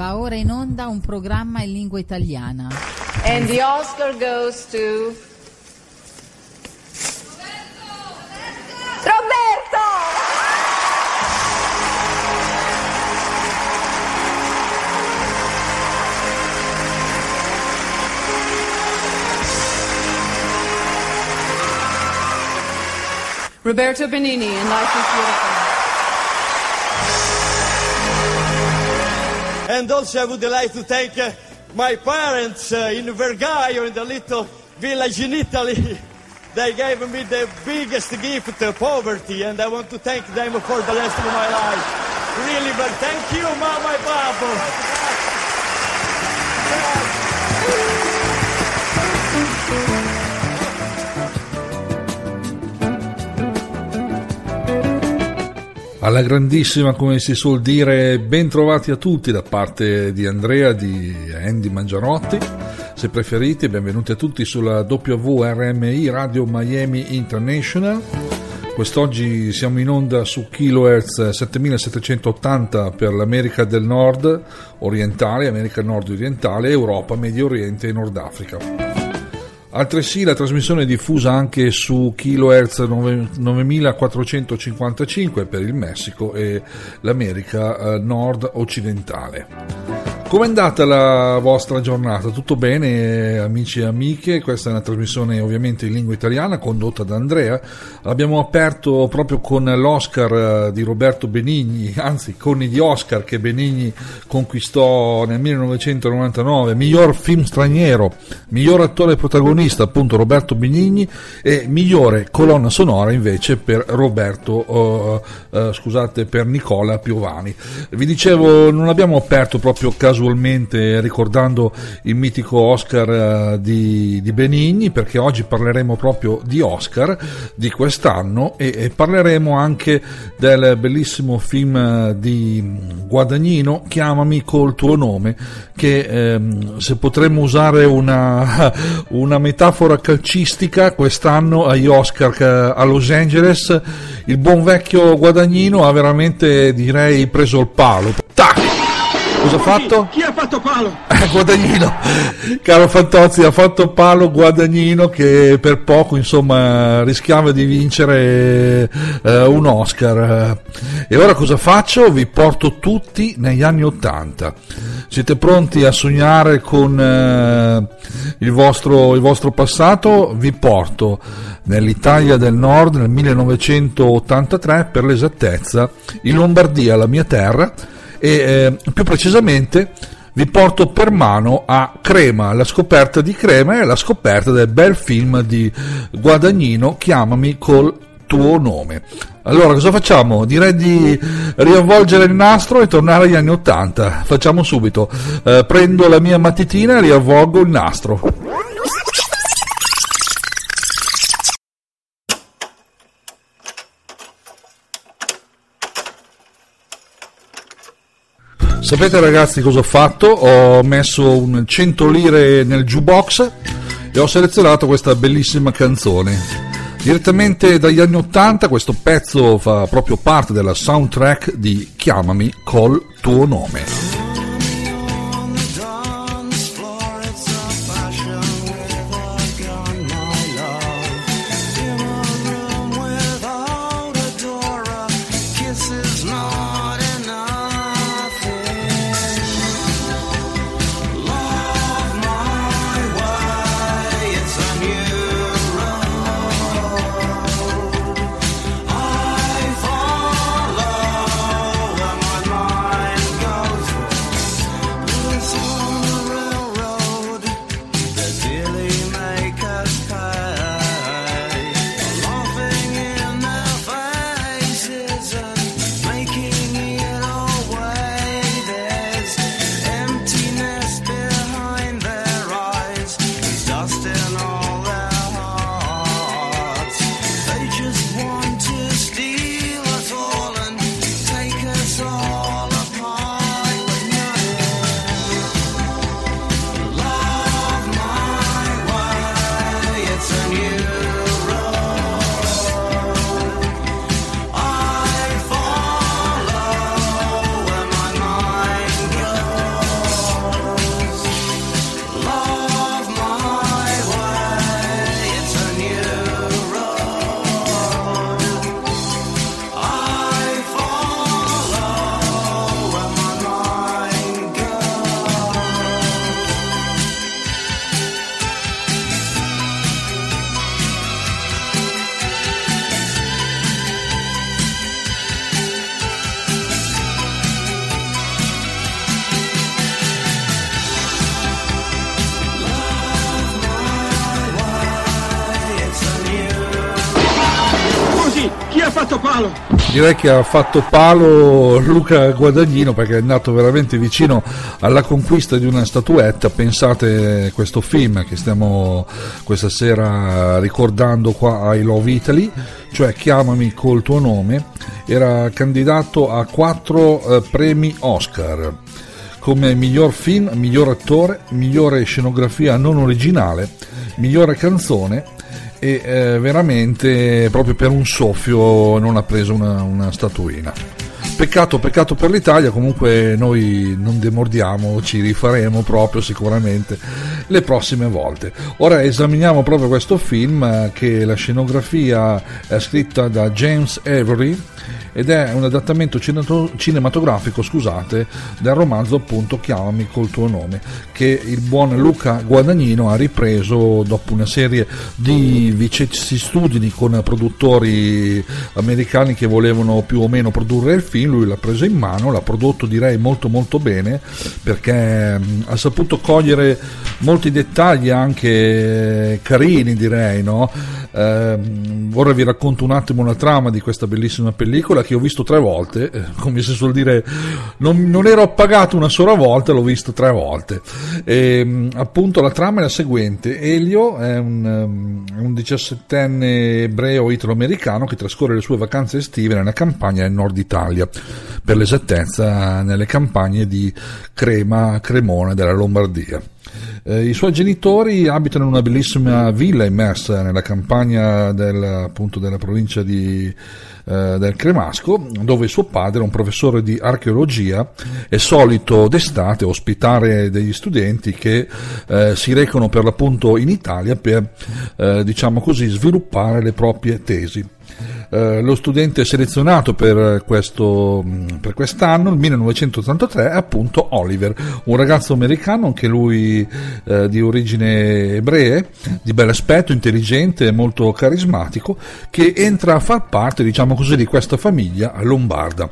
Va ora in onda un programma in lingua italiana. And the Oscar goes to Roberto! Roberto Benigni in Life is Beautiful. And also I would like to thank my parents in Vergaio, in the little village in Italy. They gave me the biggest gift, poverty, and I want to thank them for the rest of my life. Really, but thank you, Mama and Papa. Alla grandissima, come si suol dire, ben trovati a tutti da parte di Andrea, di Andy Mangiarotti, se preferite. Benvenuti a tutti sulla WRMI Radio Miami International. Quest'oggi siamo in onda su kHz 7780 per l'America del Nord orientale, America Nord orientale, Europa, Medio Oriente e Nord Africa. Altresì la trasmissione è diffusa anche su kHz 9455 per il Messico e l'America Nord occidentale. Com'è andata la vostra giornata? Tutto bene, amici e amiche? Questa è una trasmissione ovviamente in lingua italiana condotta da Andrea. Abbiamo aperto proprio con l'Oscar di Roberto Benigni, anzi con gli Oscar che Benigni conquistò nel 1999, miglior film straniero, miglior attore protagonista appunto Roberto Benigni e migliore colonna sonora invece per per Nicola Piovani. Vi dicevo, non abbiamo aperto proprio casualmente ricordando il mitico Oscar di Benigni, perché oggi parleremo proprio di Oscar di quest'anno e parleremo anche del bellissimo film di Guadagnino, Chiamami col tuo nome, che se potremmo usare una metafora calcistica, quest'anno agli Oscar a Los Angeles il buon vecchio Guadagnino ha veramente, direi, preso il palo. Tac! Cosa ha fatto? Chi ha fatto palo? Guadagnino, caro Fantozzi, ha fatto palo Guadagnino, che per poco insomma rischiava di vincere un Oscar. E ora cosa faccio? Vi porto tutti negli anni '80. Siete pronti a sognare con il vostro passato? Vi porto nell'Italia del Nord nel 1983, per l'esattezza in Lombardia, la mia terra, e più precisamente vi porto per mano a Crema, la scoperta di Crema e la scoperta del bel film di Guadagnino, Chiamami col tuo nome. Allora cosa facciamo? Direi di riavvolgere il nastro e tornare agli anni '80. Facciamo subito. Prendo la mia matitina e riavvolgo il nastro. Sapete ragazzi cosa ho fatto? Ho messo un 100 lire nel jukebox e ho selezionato questa bellissima canzone. Direttamente dagli anni '80 questo pezzo fa proprio parte della soundtrack di Chiamami col tuo nome. palo! Direi che ha fatto palo Luca Guadagnino, perché è andato veramente vicino alla conquista di una statuetta. Pensate, questo film che stiamo questa sera ricordando qua a I Love Italy, cioè Chiamami col tuo nome, era candidato a 4 premi Oscar come miglior film, miglior attore, migliore scenografia non originale, migliore canzone, e veramente proprio per un soffio non ha preso una statuina. Peccato per l'Italia. Comunque noi non demordiamo, ci rifaremo proprio sicuramente le prossime volte. Ora esaminiamo proprio questo film, che la scenografia è scritta da James Avery ed è un adattamento cinematografico, del romanzo appunto Chiamami col tuo nome, che il buon Luca Guadagnino ha ripreso dopo una serie di vicissitudini con produttori americani che volevano più o meno produrre il film. Lui l'ha preso in mano, l'ha prodotto direi molto molto bene, perché ha saputo cogliere molti dettagli anche carini, direi, no? Ora vi racconto un attimo la trama di questa bellissima pellicola che ho visto 3 volte, come si suol dire, non ero appagato una sola volta, l'ho visto 3 volte. Appunto la trama è la seguente: Elio è un 17enne ebreo italo-americano che trascorre le sue vacanze estive nella campagna del nord Italia, per l'esattezza nelle campagne di Cremona della Lombardia. I suoi genitori abitano in una bellissima villa immersa nella campagna della provincia del Cremasco, dove suo padre, un professore di archeologia, è solito d'estate ospitare degli studenti che si recano per l'appunto in Italia per sviluppare le proprie tesi. Lo studente selezionato per quest'anno, il 1983, è appunto Oliver, un ragazzo americano, anche lui di origine ebree, di bell'aspetto, intelligente e molto carismatico, che entra a far parte, di questa famiglia lombarda.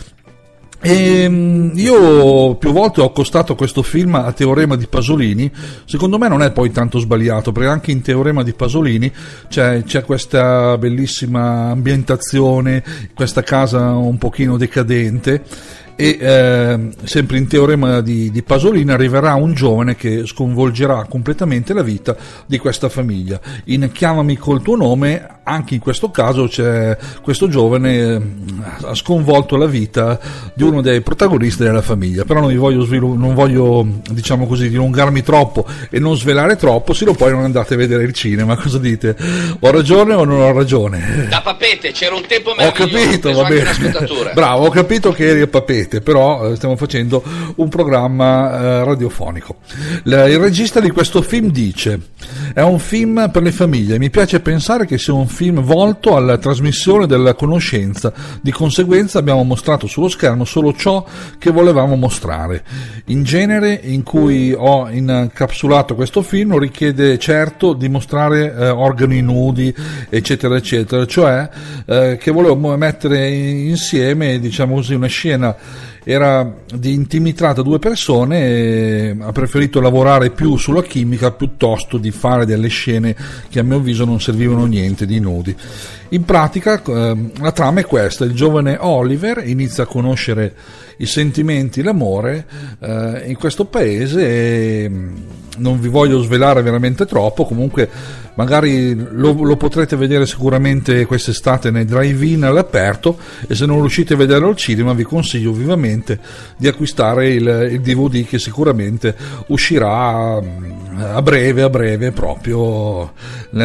E io più volte ho accostato questo film a Teorema di Pasolini. Secondo me non è poi tanto sbagliato, perché anche in Teorema di Pasolini c'è questa bellissima ambientazione, questa casa un pochino decadente. E sempre in Teorema di Pasolini arriverà un giovane che sconvolgerà completamente la vita di questa famiglia. In Chiamami col tuo nome, anche in questo caso, c'è questo giovane ha sconvolto la vita di uno dei protagonisti della famiglia. Però non voglio dilungarmi troppo e non svelare troppo, se no poi non andate a vedere il cinema. Cosa dite? Ho ragione o non ho ragione? Da Papete, c'era un tempo meraviglioso. Ho capito, va bene. Bravo, ho capito che eri a Papete, però stiamo facendo un programma radiofonico. Il regista di questo film dice: è un film per le famiglie, mi piace pensare che sia un film volto alla trasmissione della conoscenza, di conseguenza abbiamo mostrato sullo schermo solo ciò che volevamo mostrare. In genere in cui ho incapsulato questo film non richiede certo di mostrare organi nudi, eccetera eccetera, cioè che volevo mettere insieme, una scena era di intimità tra 2 persone, e ha preferito lavorare più sulla chimica piuttosto di fare delle scene che a mio avviso non servivano niente di nudi. In pratica la trama è questa: il giovane Oliver inizia a conoscere i sentimenti, l'amore in questo paese, e non vi voglio svelare veramente troppo. Comunque magari lo potrete vedere sicuramente quest'estate nei drive-in all'aperto, e se non riuscite a vederlo al cinema vi consiglio vivamente di acquistare il DVD, che sicuramente uscirà a breve proprio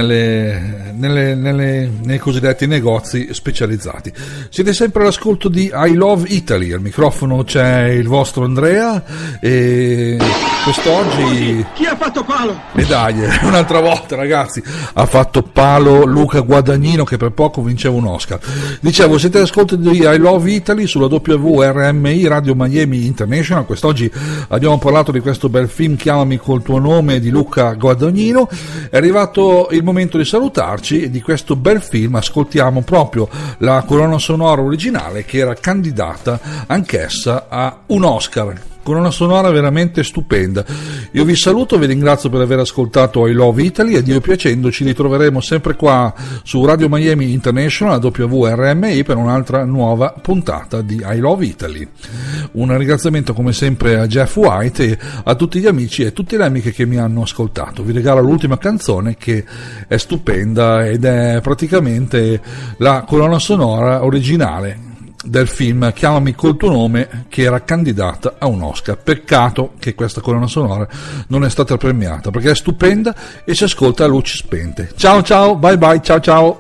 nei cosiddetti negozi specializzati. Siete sempre all'ascolto di I Love Italy, al microfono c'è il vostro Andrea, e quest'oggi chi ha fatto palo? E dai, un'altra volta ragazzi, ha fatto palo Luca Guadagnino, che per poco vinceva un Oscar. Dicevo, siete all'ascolto di I Love Italy sulla WRMI Radio Miami International. Quest'oggi abbiamo parlato di questo bel film Chiamami col tuo nome di Luca Guadagnino. È arrivato il momento di salutarci. Di questo bel film ascoltiamo proprio la colonna sonora originale, che era candidata anch'essa a un Oscar. colonna sonora veramente stupenda. Io vi saluto, vi ringrazio per aver ascoltato I Love Italy e Dio piacendo ci ritroveremo sempre qua su Radio Miami International WRMI per un'altra nuova puntata di I Love Italy. Un ringraziamento come sempre a Jeff White e a tutti gli amici e tutte le amiche che mi hanno ascoltato. Vi regalo l'ultima canzone che è stupenda ed è praticamente la colonna sonora originale del film Chiamami col tuo nome, che era candidata a un Oscar. Peccato che questa colonna sonora non è stata premiata, perché è stupenda e si ascolta a luci spente. Ciao ciao, bye bye, ciao ciao.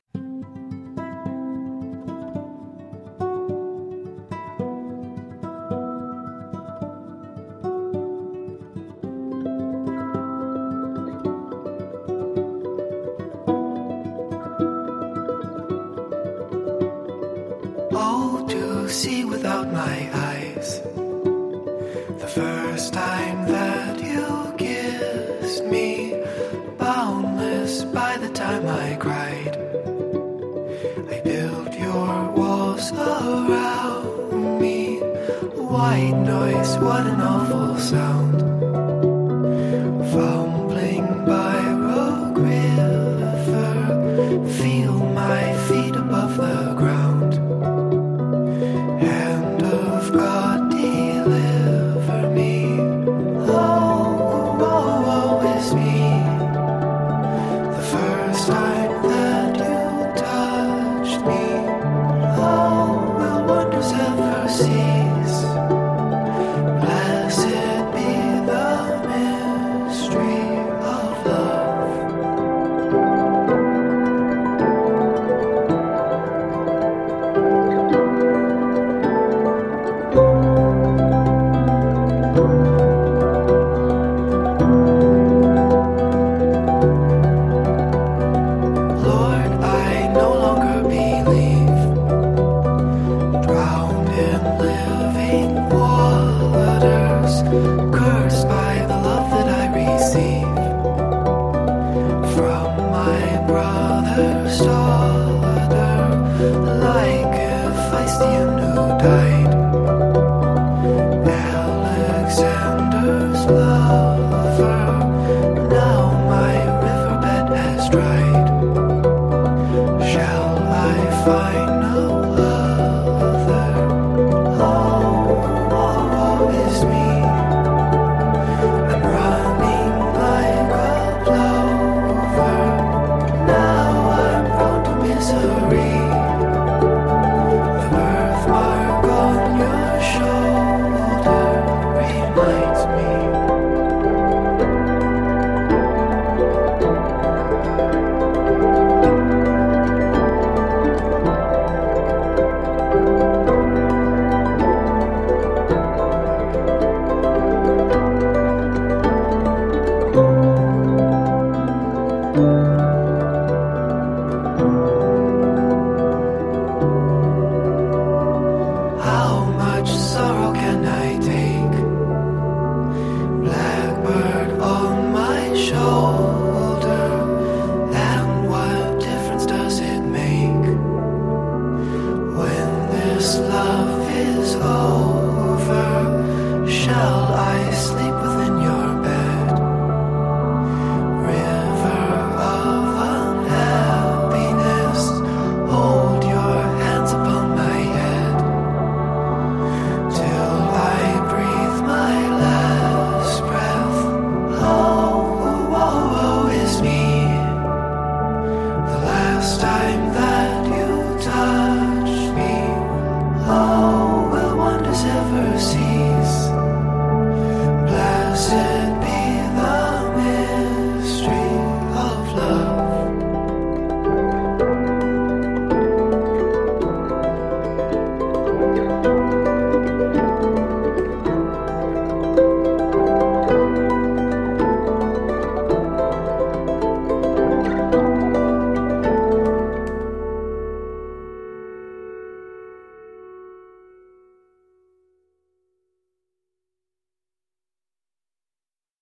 See without my eyes, the first time that you kissed me, boundless by the time I cried. I built your walls around me, white noise, what an awful sound.